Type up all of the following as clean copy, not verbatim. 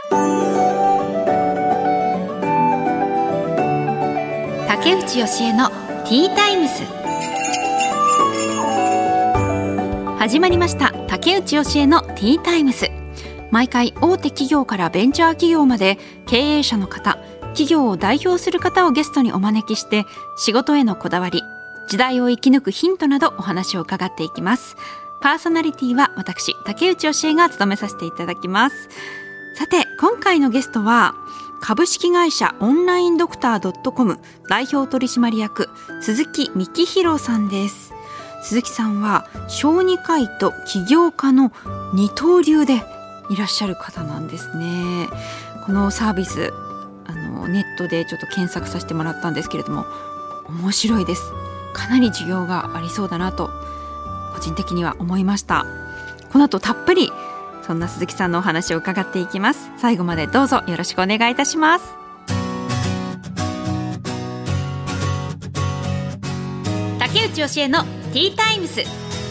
竹内義恵のティータイムス。始まりました。竹内義恵のティータイムス。毎回大手企業からベンチャー企業まで経営者の方、企業を代表する方をゲストにお招きして、仕事へのこだわり、時代を生き抜くヒントなどお話を伺っていきます。パーソナリティは私竹内義恵が務めさせていただきます。さて、今回のゲストは株式会社オンラインドクター .com 代表取締役鈴木幹弘さんです。鈴木さんは小児科医と起業家の二刀流でいらっしゃる方なんですね。このサービスネットでちょっと検索させてもらったんですけれども、面白いです。かなり需要がありそうだなと個人的には思いました。この後たっぷりそんな鈴木さんのお話を伺っていきます。最後までどうぞよろしくお願いいたします。竹内義恵のティータイムス。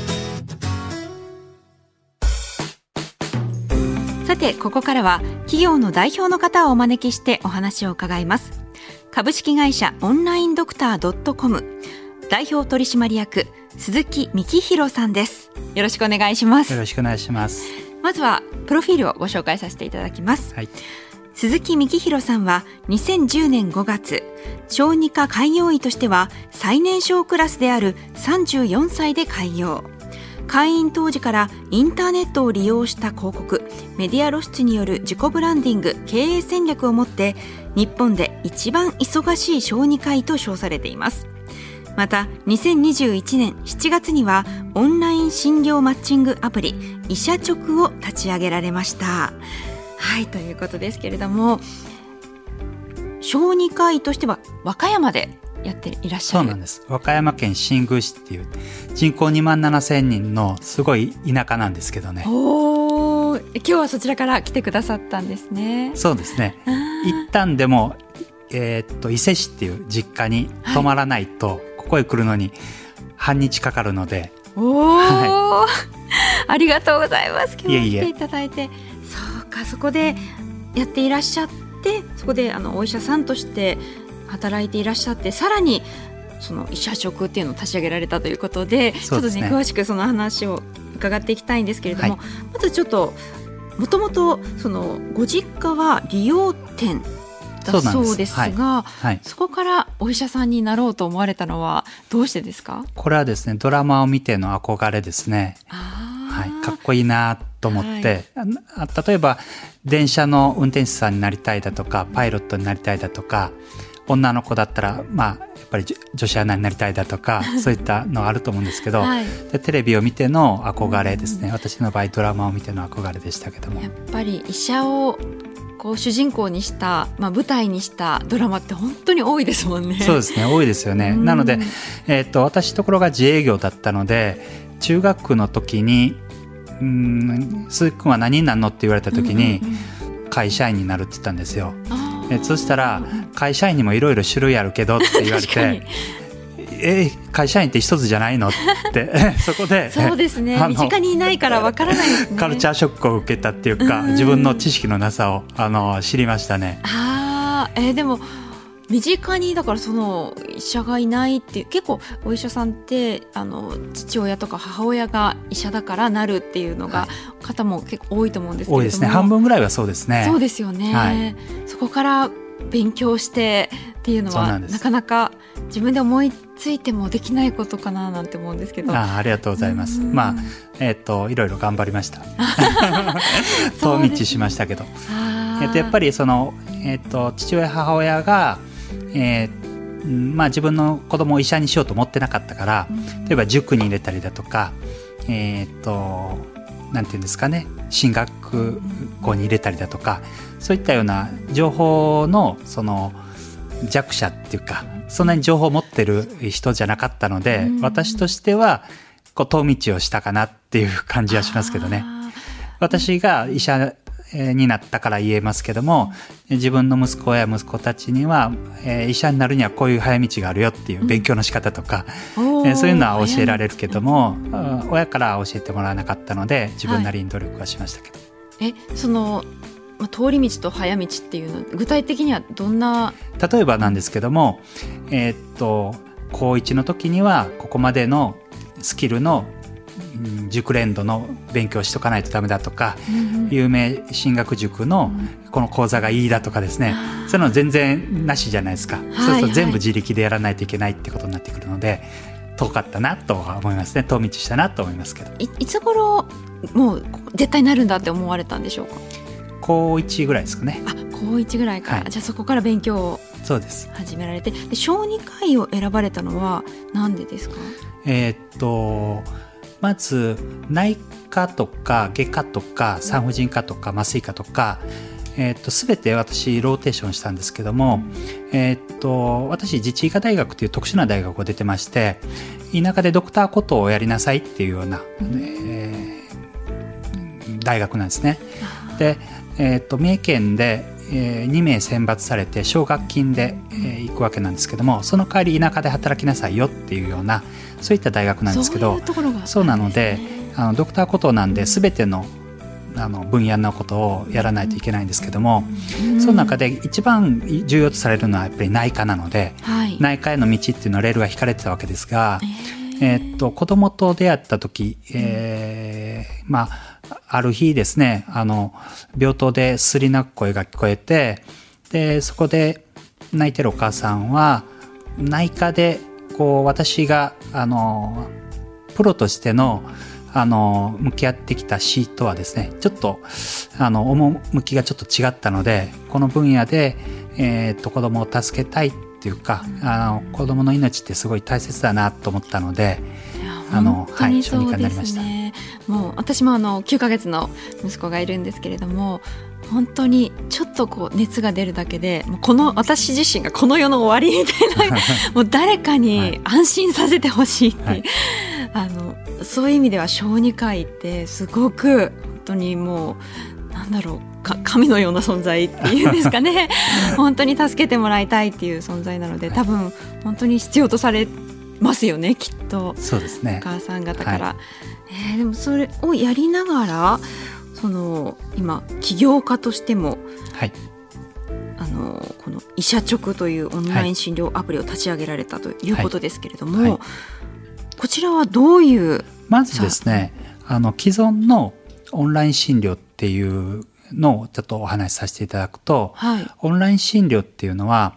さて、ここからは企業の代表の方をお招きしてお話を伺います。株式会社オンラインドクター .com 代表取締役鈴木幹弘さんです。よろしくお願いします。 よろしくお願いします。 まずはプロフィールをご紹介させていただきます。 はい、 鈴木幹弘さんは2010年5月、小児科開業医としては最年少クラスである34歳で開業。開院当時からインターネットを利用した広告、メディア露出による自己ブランディング、経営戦略をもって日本で一番忙しい小児科医と称されています。また2021年7月にはオンライン診療マッチングアプリ医者直を立ち上げられました。はい、ということですけれども、小児科医としては和歌山でやっていらっしゃる。 そうなんです。和歌山県新宮市っていう人口2万7,000人のすごい田舎なんですけどね。 今日はそちらから来てくださったんですね。 そうですね。一旦でも、伊勢市っていう実家に泊まらないと、ここへ来るのに半日かかるので。 はい、ありがとうございます。今日は来ていただいて。そうか、そこでやっていらっしゃって、そこでお医者さんとして働いていらっしゃって、さらにその医者職っていうのを立ち上げられたということで、ちょっとね、詳しくその話を伺っていきたいんですけれども、はい、まずちょっともともとそのご実家は理容店だそうですが、 はい、 そこからお医者さんになろうと思われたのはどうしてですか？ これはですね、ドラマを見ての憧れですね。はい、かっこいいなと思って、はい、例えば電車の運転手さんになりたいだとか、パイロットになりたいだとか、女の子だったら、やっぱり女子アナになりたいだとかそういったのがあると思うんですけど、はい、でテレビを見ての憧れですね。私の場合ドラマを見ての憧れでしたけども、 やっぱり医者をこう主人公にした、舞台にしたドラマって本当に多いですもんね。 そうですね、多いですよね。なので、私ところが自営業だったので、中学の時に鈴木君は何になるのって言われた時に、会社員になるって言ったんですよ。そしたら、会社員にもいろいろ種類あるけどって言われて会社員って一つじゃないのってそこでそうですね、身近にいないからわからないですね。 カルチャーショックを受けたっていうか、自分の知識のなさを知りましたね。 でも身近にだからその医者がいないっていう、結構お医者さんって父親とか母親が医者だからなるっていうのが、方も結構多いと思うんですけれども。 多いですね。半分ぐらいはそうですね。 そうですよね、はい、そこから勉強してっていうのはなかなか自分で思いついてもできないことかななんて思うんですけど。 ありがとうございます。いろいろ頑張りました遠道しましたけど、やっぱりその、父親母親が自分の子供を医者にしようと思ってなかったから、例えば塾に入れたりだとか、なんていうんですかね、進学校に入れたりだとか、そういったような情報のその弱者っていうか、そんなに情報を持ってる人じゃなかったので、私としては遠道をしたかなっていう感じはしますけどね。私が医者になったから言えますけども、自分の息子や息子たちには、医者になるにはこういう早道があるよっていう勉強の仕方とか、そういうのは教えられるけども、親から教えてもらわなかったので自分なりに努力はしましたけど、 その通り道と早道っていうの具体的にはどんな。 例えばなんですけども、高1の時にはここまでのスキルの熟練度の勉強しとかないとダメだとか、有名進学塾のこの講座がいいだとかですね、そういうの全然なしじゃないですか。そうすると全部自力でやらないといけないってことになってくるので、遠かったなとは思いますね。遠道したなと思いますけど。 いつ頃もう絶対なるんだって思われたんでしょうか。 高1ぐらいですかね。 高1ぐらいから、じゃあそこから勉強を始められて、で小児科医を選ばれたのはなんでですか。 まず内科とか外科とか産婦人科とか麻酔科とか、全て私ローテーションしたんですけども、私自治医科大学という特殊な大学を出てまして、田舎でドクターコトをやりなさいっていうような、大学なんですね。で、三重県で、2名選抜されて奨学金で、行くわけなんですけども、その代わり田舎で働きなさいよっていうような、そういった大学なんですけど、そうなのでドクターコトなんで全ての分野のことをやらないといけないんですけども、その中で一番重要とされるのはやっぱり内科なので、内科への道っていうのはレールが引かれてたわけですが、子供と出会った時、ある日ですね、病棟ですり泣く声が聞こえて、でそこで泣いてるお母さんは内科で私がプロとしての向き合ってきた死とはですね、ちょっと趣がちょっと違ったので、この分野で、子供を助けたいっていうか、子供の命ってすごい大切だなと思ったので、 本当に小児科になりまそうですした。 ね。もう私も9ヶ月の息子がいるんですけれども、本当にちょっと熱が出るだけで、もう私自身がこの世の終わりみたいなもう誰かに安心させてほしいっていう、そういう意味では小児科医ってすごく本当にもうなんだろう、神のような存在っていうんですかね本当に助けてもらいたいっていう存在なので、多分本当に必要とされますよね、きっと。 そうですね。 お母さん方から、でもそれをやりながら今起業家としても、この医者直というオンライン診療アプリを立ち上げられたということですけれども、こちらはどういう。 まずですね、既存のオンライン診療っていうのをちょっとお話しさせていただくと、オンライン診療っていうのは、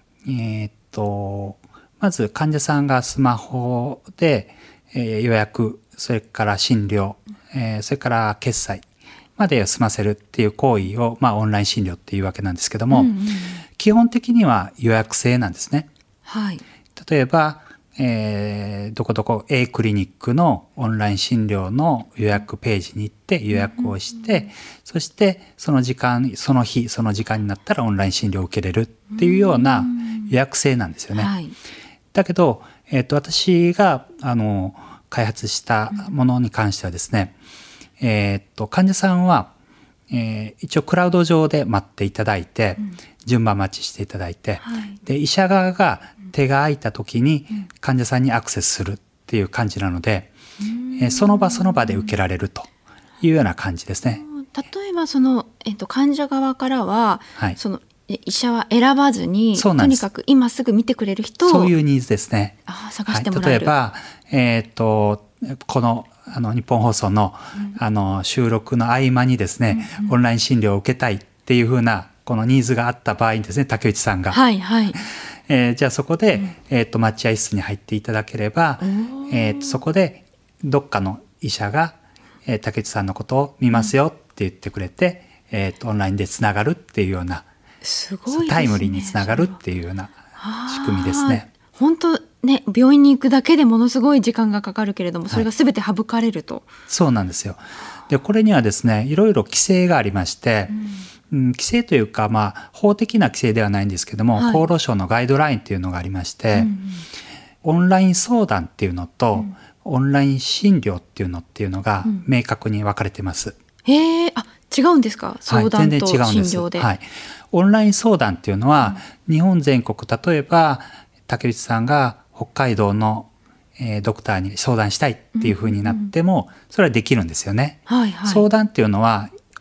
まず患者さんがスマホで、予約、それから診療、それから決済まで済ませるっていう行為を、オンライン診療っていうわけなんですけども、基本的には予約制なんですね。例えば、どこどこ A クリニックのオンライン診療の予約ページに行って予約をして、そしてその時間、その日、その時間になったらオンライン診療を受けれるっていうような予約制なんですよね。だけど、私が開発したものに関してはですね、患者さんは、一応クラウド上で待っていただいて、順番待ちしていただいて、で医者側が手が空いた時に患者さんにアクセスするっていう感じなので、その場その場で受けられるというような感じですね。 例えば患者側からは、医者は選ばずに、とにかく今すぐ見てくれる人を、 そういうニーズですね。 探してもらえる。 例えば、この日本放送の、収録の合間にですね、オンライン診療を受けたいっていうふうなこのニーズがあった場合にですね、竹内さんが、じゃあそこで、待合室に入っていただければ、そこでどっかの医者が、竹内さんのことを見ますよって言ってくれて、オンラインでつながるっていうような、 すごいですね、 タイムリーにつながるっていうような仕組みですね。 本当ね、病院に行くだけでものすごい時間がかかるけれども、それが全て省かれると。 そうなんですよ。でこれにはですね、いろいろ規制がありまして、規制というか、法的な規制ではないんですけども、厚労省のガイドラインっていうのがありまして、オンライン相談っていうのと、オンライン診療っていうのが明確に分かれてます。 違うんですか？相談と診療で。 オンライン相談っていうのは、日本全国、例えば竹内さんが北海道のドクターに相談したいっていうふうになっても、それはできるんですよね。相談っていうのは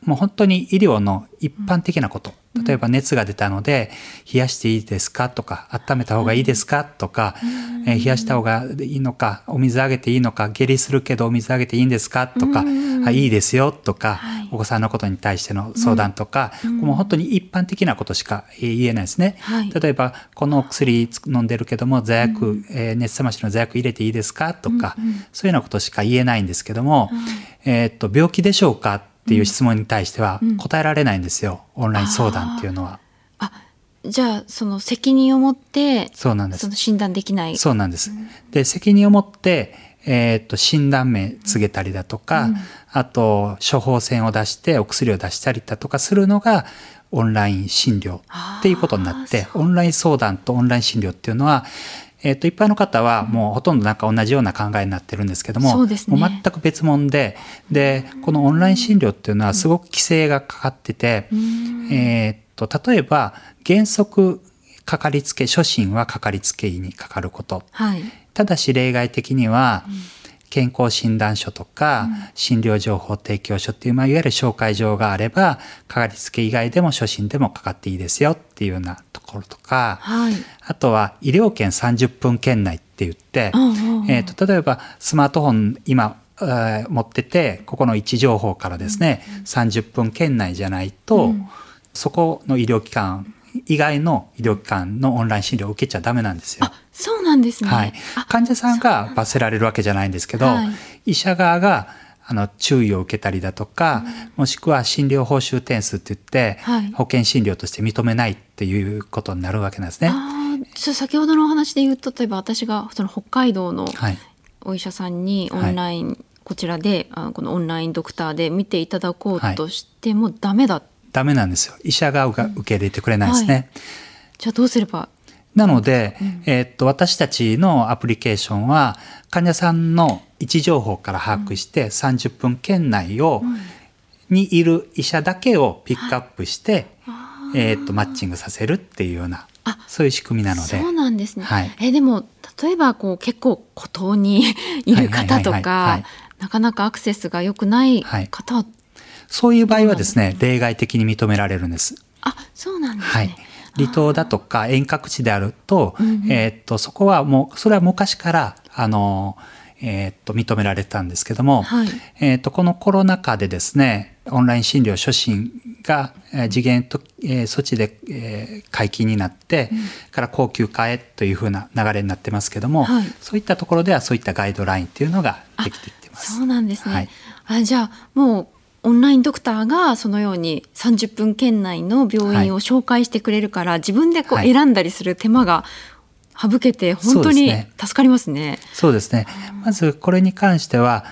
もう本当に医療の一般的なこと。例えば熱が出たので、冷やしていいですかとか、温めた方がいいですかとか、冷やした方がいいのか、お水あげていいのか、下痢するけどお水あげていいんですかとか、いいですよとか、お子さんのことに対しての相談とか、もう本当に一般的なことしか言えないですね。例えば、この薬飲んでるけども、座薬、熱冷ましの座薬入れていいですかとか、そういうようなことしか言えないんですけども、病気でしょうかっていう質問に対しては答えられないんですよ、オンライン相談っていうのは。 じゃあその責任を持ってそうなんです。 その診断できない。 そうなんです。で、責任を持って診断名告げたりだとか、あと処方箋を出してお薬を出したりだとかするのがオンライン診療っていうことになって、オンライン相談とオンライン診療っていうのは一般の方はもうほとんどなんか同じような考えになってるんですけども、もう全く別物で、このオンライン診療っていうのはすごく規制がかかってて、例えば原則かかりつけ、初診はかかりつけ医にかかること。ただし例外的には、健康診断書とか、診療情報提供書っていう、いわゆる紹介状があれば、かかりつけ以外でも初診でもかかっていいですよっていうようなところとか、あとは医療圏30分圏内って言って、例えばスマートフォン今持ってて、ここの位置情報からですね、30分圏内じゃないと、そこの医療機関以外の医療機関のオンライン診療を受けちゃダメなんですよ。 そうなんですね。 患者さんが罰せられるわけじゃないんですけど、医者側が注意を受けたりだとか、もしくは診療報酬点数って言って、保険診療として認めないっていうことになるわけなんですね。 先ほどのお話で言うと、例えば私がその北海道のお医者さんにオンライン、こちらでこのオンラインドクターで見ていただこうとしてもダメなんですよ。医者側が受け入れてくれないですね。じゃあどうすれば。 なので、私たちのアプリケーションは患者さんの位置情報から把握して、30分圏内にいる医者だけをピックアップして、マッチングさせるっていうような、そういう仕組みなので。そうなんですね。でも例えば結構孤島にいる方とか、なかなかアクセスが良くない方は、そういう場合はですね、例外的に認められるんです。 そうなんですね。 離島だとか遠隔地であると、そこはもう、それは昔から、認められたんですけども、このコロナ禍でですね、オンライン診療初診が次元と、措置で、解禁になって、から高級化へというふうな流れになってますけども、そういったところではそういったガイドラインっていうのができていってます。 そうなんですね。じゃあもうオンラインドクターがそのように30分圏内の病院を紹介してくれるから、自分で選んだりする手間が省けて本当に助かりますね。 そうですね。まずこれに関しては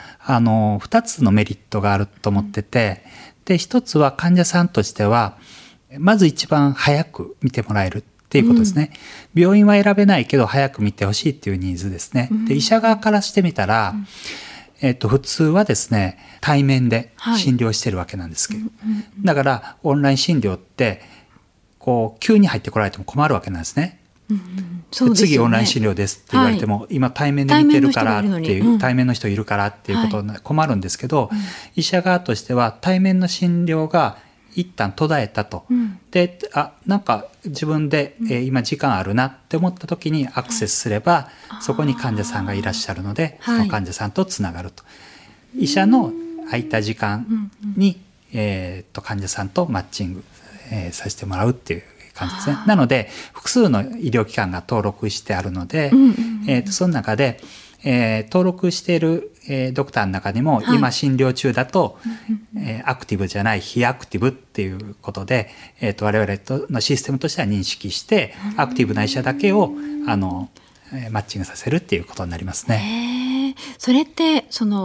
2つのメリットがあると思ってて、で1つは患者さんとしてはまず一番早く見てもらえるっていうことですね。病院は選べないけど早く見てほしいっていうニーズですね。で医者側からしてみたら、普通はですね、対面で診療してるわけなんですけど、だからオンライン診療って急に入ってこられても困るわけなんですね。次オンライン診療ですって言われても、今対面で見てるからっていう、対面の人いるからっていうことに困るんですけど、医者側としては対面の診療が一旦途絶えたと、でなんか自分で、今時間あるなって思った時にアクセスすれば、そこに患者さんがいらっしゃるので、その患者さんとつながると、医者の空いた時間に、患者さんとマッチング、させてもらうっていう感じですね。なので複数の医療機関が登録してあるので、その中で登録しているドクターの中にも、今診療中だとアクティブじゃない非アクティブっていうことで、我々のシステムとしては認識して、アクティブな医者だけをマッチングさせるっていうことになりますね。 それって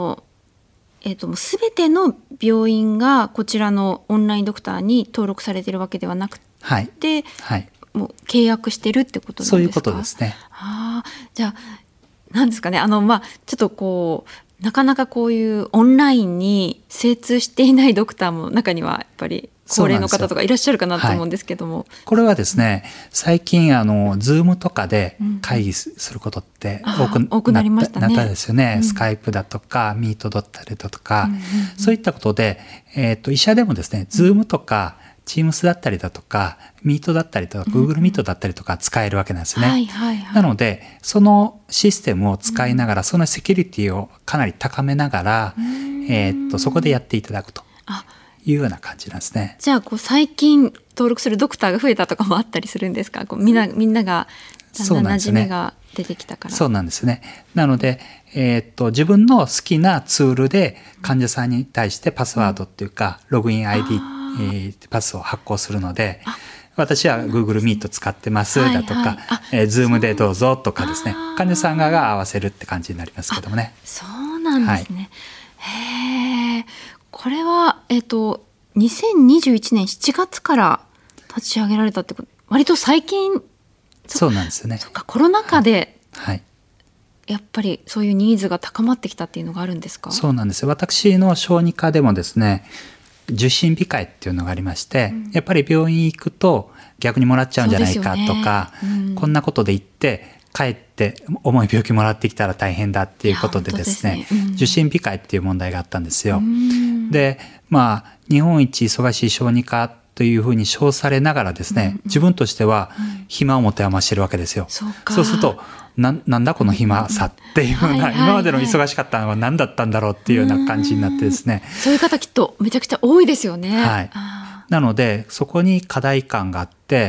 全ての病院がこちらのオンラインドクターに登録されているわけではなくて、もう契約してるってことなんですか？ そういうことですね。 じゃあなんですかね、ちょっとなかなかこういうオンラインに精通していないドクターも中にはやっぱり高齢の方とかいらっしゃるかなと思うんですけども、 これはですね、最近Zoom とかで会議することって多くなりましたね。なったですよね。スカイプだとかミートだったりだとか、そういったことで、医者でもですね、Zoom とかTeams だったりだとか、ミートだったりとか、Google ミートだったりとか使えるわけなんですよね。なので、そのシステムを使いながら、そのセキュリティをかなり高めながら、そこでやっていただくというような感じなんですね。 じゃあ最近登録するドクターが増えたとかもあったりするんですか？みんながだんだん馴染みが出てきたから。 そうなんですね。なので、自分の好きなツールで患者さんに対してパスワードっていうか、ログイン ID、パスを発行するので、私は Google Meet 使ってますだとか、Zoom でどうぞとかですね、患者さん側が合わせるって感じになりますけどもね。 そうなんですね。へー。これは、2021年7月から立ち上げられたってこと、割と最近。 そうなんですよね。 そっか、コロナ禍で、 はい、 やっぱりそういうニーズが高まってきたっていうのがあるんですか？ そうなんですよ。私の小児科でもですね、受診控えっていうのがありまして、やっぱり病院行くと逆にもらっちゃうんじゃないかとか、こんなことで言って帰って重い病気もらってきたら大変だっていうことでですね、受診控えっていう問題があったんですよ。で、日本一忙しい小児科というふうに称されながらですね、自分としては暇を持て余してるわけですよ。そうすると、なんだこの暇さっていうふうな、今までの忙しかったのは何だったんだろうっていうような感じになってですね。 そういう方きっとめちゃくちゃ多いですよね。 はい。なので、そこに課題感があって、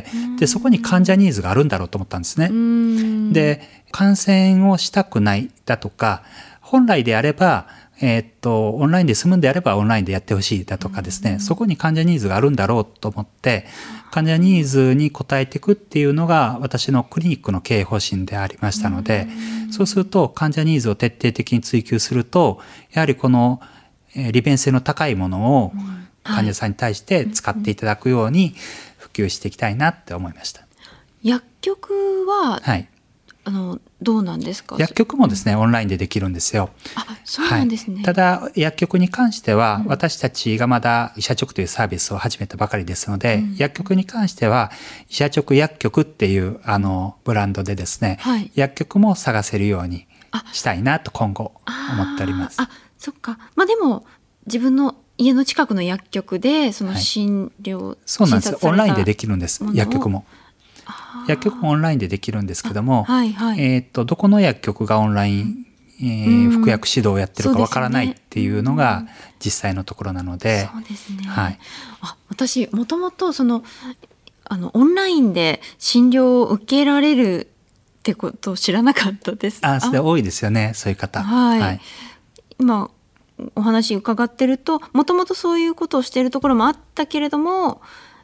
で、そこに患者ニーズがあるんだろうと思ったんですね。で、感染をしたくないだとか、本来であれば、オンラインで済むんであればオンラインでやってほしいだとかですね、そこに患者ニーズがあるんだろうと思って、患者ニーズに応えていくっていうのが私のクリニックの経営方針でありましたので、そうすると患者ニーズを徹底的に追求すると、やはりこの利便性の高いものを患者さんに対して使っていただくように普及していきたいなって思いました。 薬局は、 はい、 どうなんですか？ 薬局もですね、オンラインでできるんですよ。 そうなんですね。 ただ薬局に関しては、私たちがまだ医者直というサービスを始めたばかりですので、薬局に関しては医者直薬局っていうブランドでですね、薬局も探せるようにしたいなと今後思っております。 そっか。でも自分の家の近くの薬局でその診療、 そうなんです。オンラインでできるんです。薬局も。薬局もオンラインでできるんですけども、どこの薬局がオンライン、服薬指導をやってるかわからないっていうのが実際のところなので。 そうですね。私もともとオンラインで診療を受けられるってことを知らなかったです。 それ多いですよね、そういう方。 今お話伺ってると、もともとそういうことをしているところもあったけれども、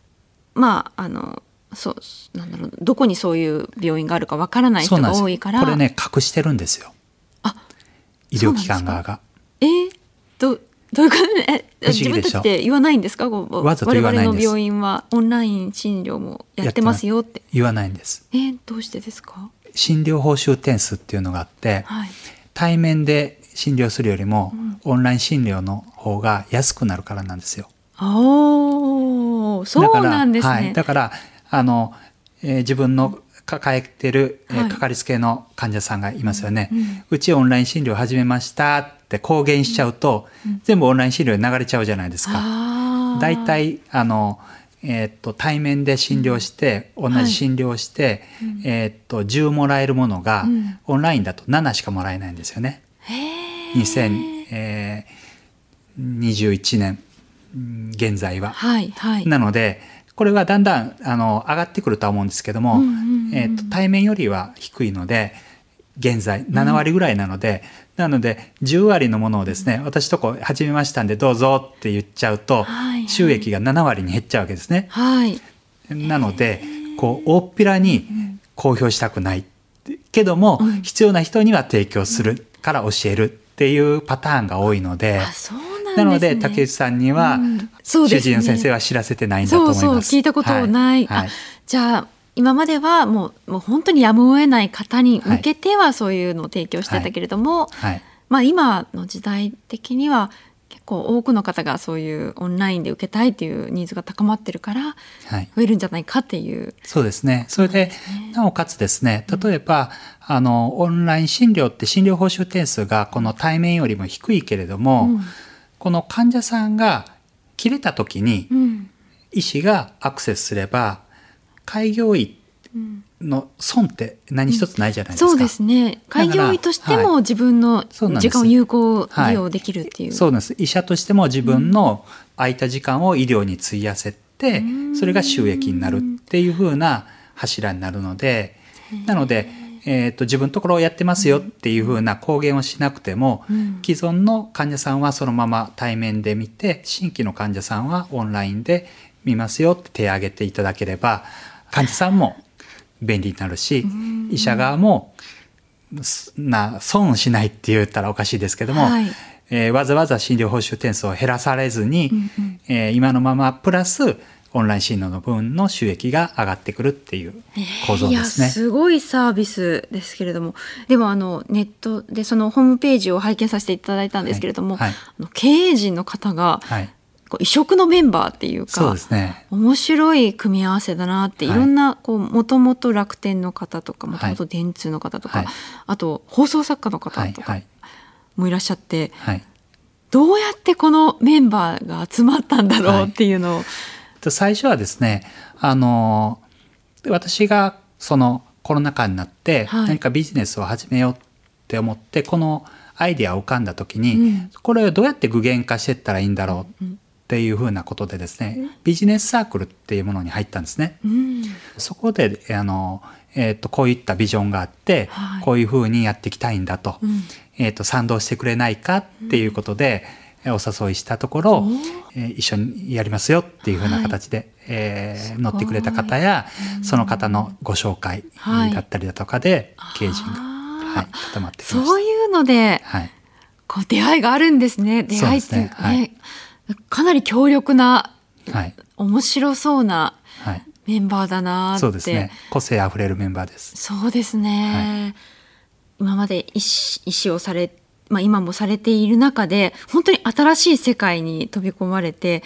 どこにそういう病院があるかわからない人が多いから。 これね、隠してるんですよ。医療機関側が。 どういうこと自分たちで言わないんですか？ わざと言わないんです。 我々の病院はオンライン診療もやってますよって言わないんです。 どうしてですか？ 診療報酬点数っていうのがあって、対面で診療するよりも、オンライン診療の方が安くなるからなんですよ。 そうなんですね。 だから自分の抱えてるかかりつけの患者さんがいますよね。うちオンライン診療始めましたって公言しちゃうと、全部オンライン診療に流れちゃうじゃないですか。だいたい対面で診療して、同じ診療して、10もらえるものが、オンラインだと7しかもらえないんですよね。2021年現在は。なのでこれはだんだん上がってくるとは思うんですけども、対面よりは低いので、現在7割ぐらいなので、10割のものをですね、私とこ始めましたんでどうぞって言っちゃうと、収益が7割に減っちゃうわけですね。なので大っぴらに公表したくないけども、必要な人には提供するから教えるっていうパターンが多いので、なので竹内さんには、主治医の先生は知らせてないんだと思います。 聞いたことない。じゃあ今まではもう本当にやむを得ない方に向けてはそういうのを提供してたけれども、今の時代的には結こう多くの方がそういうオンラインで受けたいっていうニーズが高まってるからはい、 増えるんじゃないかっていう。 そうですね。それで、なおかつですね、例えば、オンライン診療って診療報酬点数がこの対面よりも低いけれども、この患者さんが切れた時に、医師がアクセスすれば、開業医の損って何一つないじゃないですか。 そうですね。開業医としても自分の時間を有効利用できるっていう。 そうなんです。医者としても自分の空いた時間を医療に費やせて、それが収益になるっていう風な柱になるので、なので、自分のところをやってますよっていう風な公言をしなくても、既存の患者さんはそのまま対面で見て、新規の患者さんはオンラインで見ますよって手を挙げていただければ、患者さんも便利になるし、医者側も損しないって言ったらおかしいですけども、わざわざ診療報酬点数を減らされずに、今のままプラスオンライン診療の分の収益が上がってくるっていう構造ですね。 いや、すごいサービスですけれども、でもネットでそのホームページを拝見させていただいたんですけれども、経営陣の方が、異色のメンバーっていうか、 そうですね、 面白い組み合わせだなって、いろんなもともと楽天の方とか、もともと電通の方とか、あと放送作家の方とかもいらっしゃって、どうやってこのメンバーが集まったんだろうっていうのを、 最初はですね、私がそのコロナ禍になって何かビジネスを始めようって思って、このアイデアを浮かんだ時に、これをどうやって具現化していったらいいんだろうっていうふうなことでですね、ビジネスサークルっていうものに入ったんですね。そこでこういったビジョンがあって、こういうふうにやっていきたいんだと、賛同してくれないかっていうことでお誘いしたところ、一緒にやりますよっていうふうな形で、乗ってくれた方や、その方のご紹介だったりだとかで、経営陣が、固まってきました。 そういうので、こう出会いがあるんですね。出会いっていうかね、かなり強力な、面白そうなメンバーだなって。 そうですね。個性あふれるメンバーです。 そうですね。今まで医師をされ、今もされている中で、本当に新しい世界に飛び込まれて、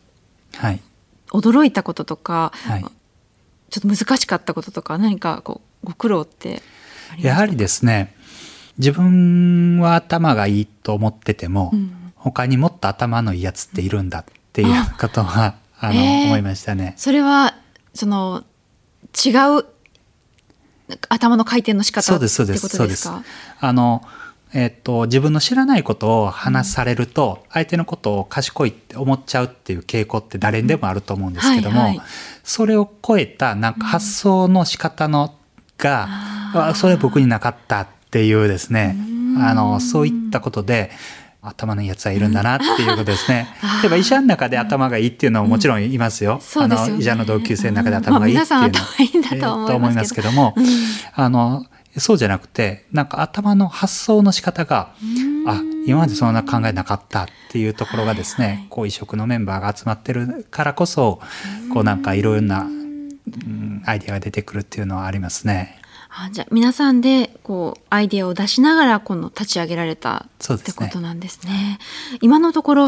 驚いたこととか、ちょっと難しかったこととか、何かご苦労ってありますか？ やはりですね、自分は頭がいいと思ってても、他にもっと頭のいいやつっているんだっていうことは思いましたね。 それはその違う頭の回転の仕方ってことですか？ 自分の知らないことを話されると、相手のことを賢いって思っちゃうっていう傾向って誰にでもあると思うんですけども、それを超えたなんか発想の仕方が、それ僕になかったっていうですね、そういったことで頭のいいやつはいるんだなっていうことですね。例えば医者の中で頭がいいっていうのはもちろんいますよ。医者の同級生の中で頭がいいっていうのは、 皆さん頭いいんだと思いますけども、 そうじゃなくて、なんか頭の発想の仕方が、今までそんな考えなかったっていうところがですね、こう異色のメンバーが集まってるからこそ、こうなんかいろんな、アイデアが出てくるっていうのはありますね。 じゃあ皆さんでこうアイデアを出しながら立ち上げられたってことなんですね。今のところ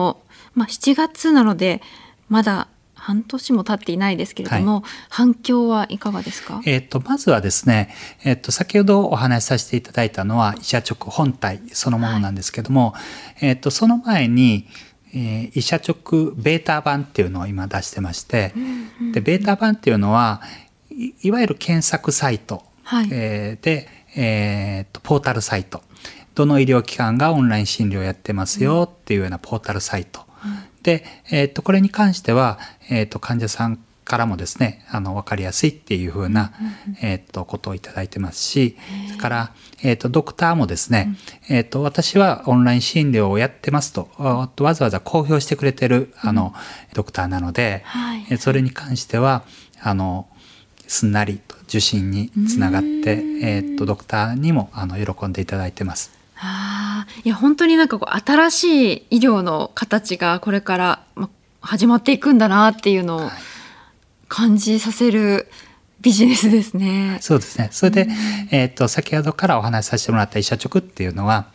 7月なのでまだ半年も経っていないですけれども、反響はいかがですか？ まずはですね、先ほどお話しさせていただいたのは医者直本体そのものなんですけども、その前に、医者直ベータ版っていうのを今出してまして、でベータ版っていうのはいわゆる検索サイト、で、ポータルサイト、どの医療機関がオンライン診療やってますよっていうようなポータルサイト、で、これに関しては、患者さんからもですね、分かりやすいっていうふうな、ことをいただいてますし、それから、ドクターもですね、私はオンライン診療をやってますと、わざわざ公表してくれてる、ドクターなので、それに関しては、すんなりと受診につながって、ドクターにも喜んでいただいてます。 いや本当になんか新しい医療の形がこれから始まっていくんだなっていうのを感じさせるビジネスですね。 そうですね。それで、先ほどからお話しさせてもらった医者直っていうのは、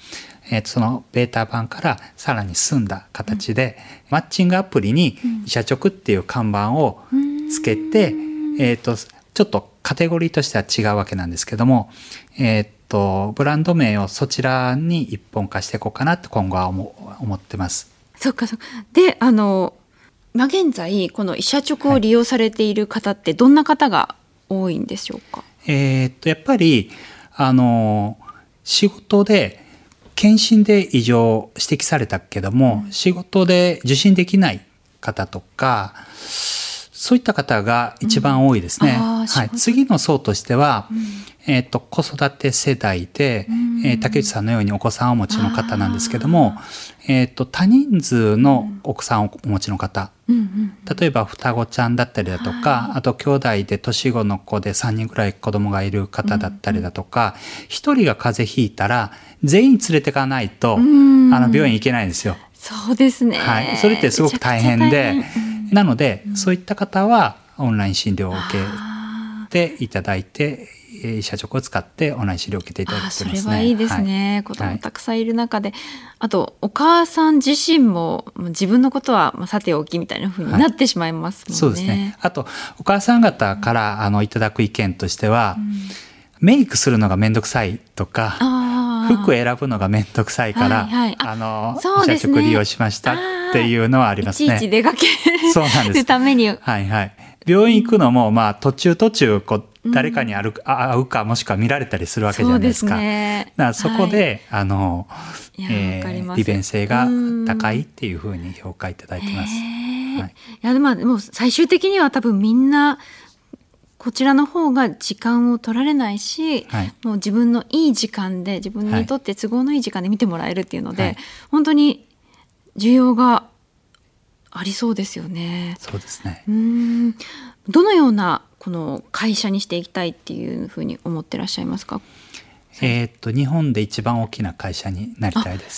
そのベータ版からさらに進んだ形で、マッチングアプリに医者直っていう看板をつけて、ちょっとカテゴリーとしては違うわけなんですけども、ブランド名をそちらに一本化していこうかなって今後は思ってます。 そっかそっか。で、現在この医者直を利用されている方ってどんな方が多いんでしょうか？ やっぱり仕事で検診で異常を指摘されたけども、仕事で受診できない方とか、そういった方が一番多いですね。次の層としては、子育て世代で、竹内さんのようにお子さんをお持ちの方なんですけども、多人数のお子さんをお持ちの方、例えば双子ちゃんだったりだとか、あと兄弟で年子の子で3人ぐらい子供がいる方だったりだとか、1人が風邪ひいたら全員連れてかないと病院行けないんですよ。 そうですね。 それってすごく大変で、なのでそういった方はオンライン診療を受けていただいて、医者直を使ってオンライン診療を受けていただいてますね。 それはいいですね。子供たくさんいる中で、あとお母さん自身も自分のことはさておきみたいな風になってしまいますもんね。 そうですね。あとお母さん方からいただく意見としては、メイクするのがめんどくさいとか、服選ぶのがめんどくさいから、医者直利用しましたっていうのはありますね。 いちいち出かけるために。 病院行くのも、途中誰かに会うかもしくは見られたりするわけじゃないですか。だからそこで、利便性が高いっていうふうに評価いただいてます。 でも最終的には多分みんなこちらの方が時間を取られないし、もう自分のいい時間で、自分にとって都合のいい時間で見てもらえるっていうので、本当に需要がありそうですよね。 そうですね。 どのようなこの会社にしていきたいっていうふうに思ってらっしゃいますか？ 日本で一番大きな会社になりたいです。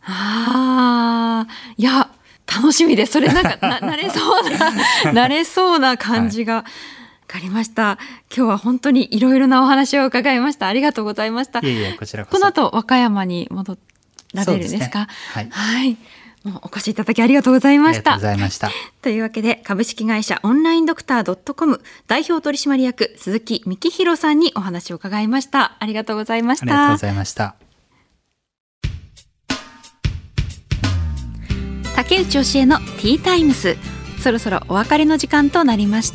いや楽しみです。それなんかなれそうな感じが。わかりました。今日は本当にいろいろなお話を伺いました。ありがとうございました。 いえいえ、こちらこそ。 この後和歌山に戻られるんですか？もうお越しいただきありがとうございました。 ありがとうございました。 というわけで、株式会社オンラインドクター .com 代表取締役鈴木幹弘さんにお話を伺いました。ありがとうございました。 ありがとうございました。 竹内教えのティータイムス、そろそろお別れの時間となりました。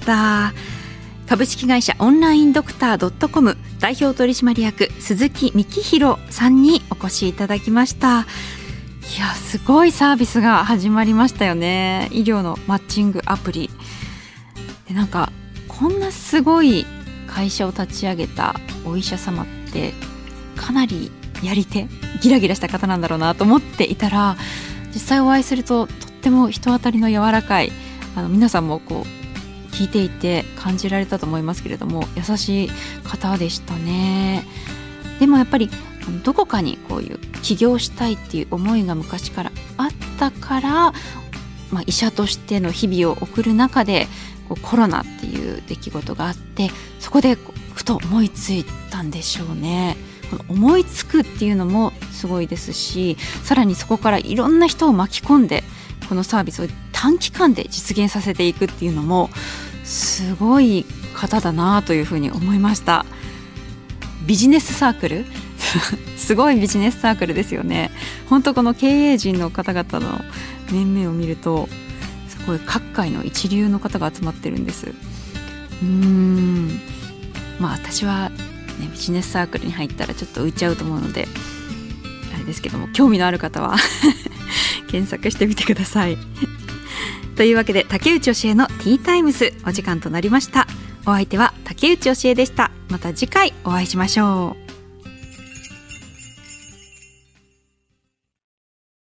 株式会社オンラインドクター .com 代表取締役鈴木幹弘さんにお越しいただきました。いや、すごいサービスが始まりましたよね。医療のマッチングアプリで、なんかこんなすごい会社を立ち上げたお医者様ってかなりやり手ギラギラした方なんだろうなと思っていたら、実際お会いするととっても人当たりの柔らかい、皆さんもこう聞いていて感じられたと思いますけれども、優しい方でしたね。でもやっぱりどこかにこういう起業したいっていう思いが昔からあったから、医者としての日々を送る中でコロナっていう出来事があって、そこでふと思いついたんでしょうね。この思いつくっていうのもすごいですし、さらにそこからいろんな人を巻き込んでこのサービスを短期間で実現させていくっていうのもすごい方だなというふうに思いました。ビジネスサークルすごいビジネスサークルですよね。本当この経営陣の方々の面々を見ると、すごい各界の一流の方が集まってるんです。私は、ビジネスサークルに入ったらちょっと浮いちゃうと思うのであれですけども、興味のある方は検索してみてください。というわけで、竹内教えのティータイムス、お時間となりました。お相手は竹内教えでした。また次回お会いしましょう。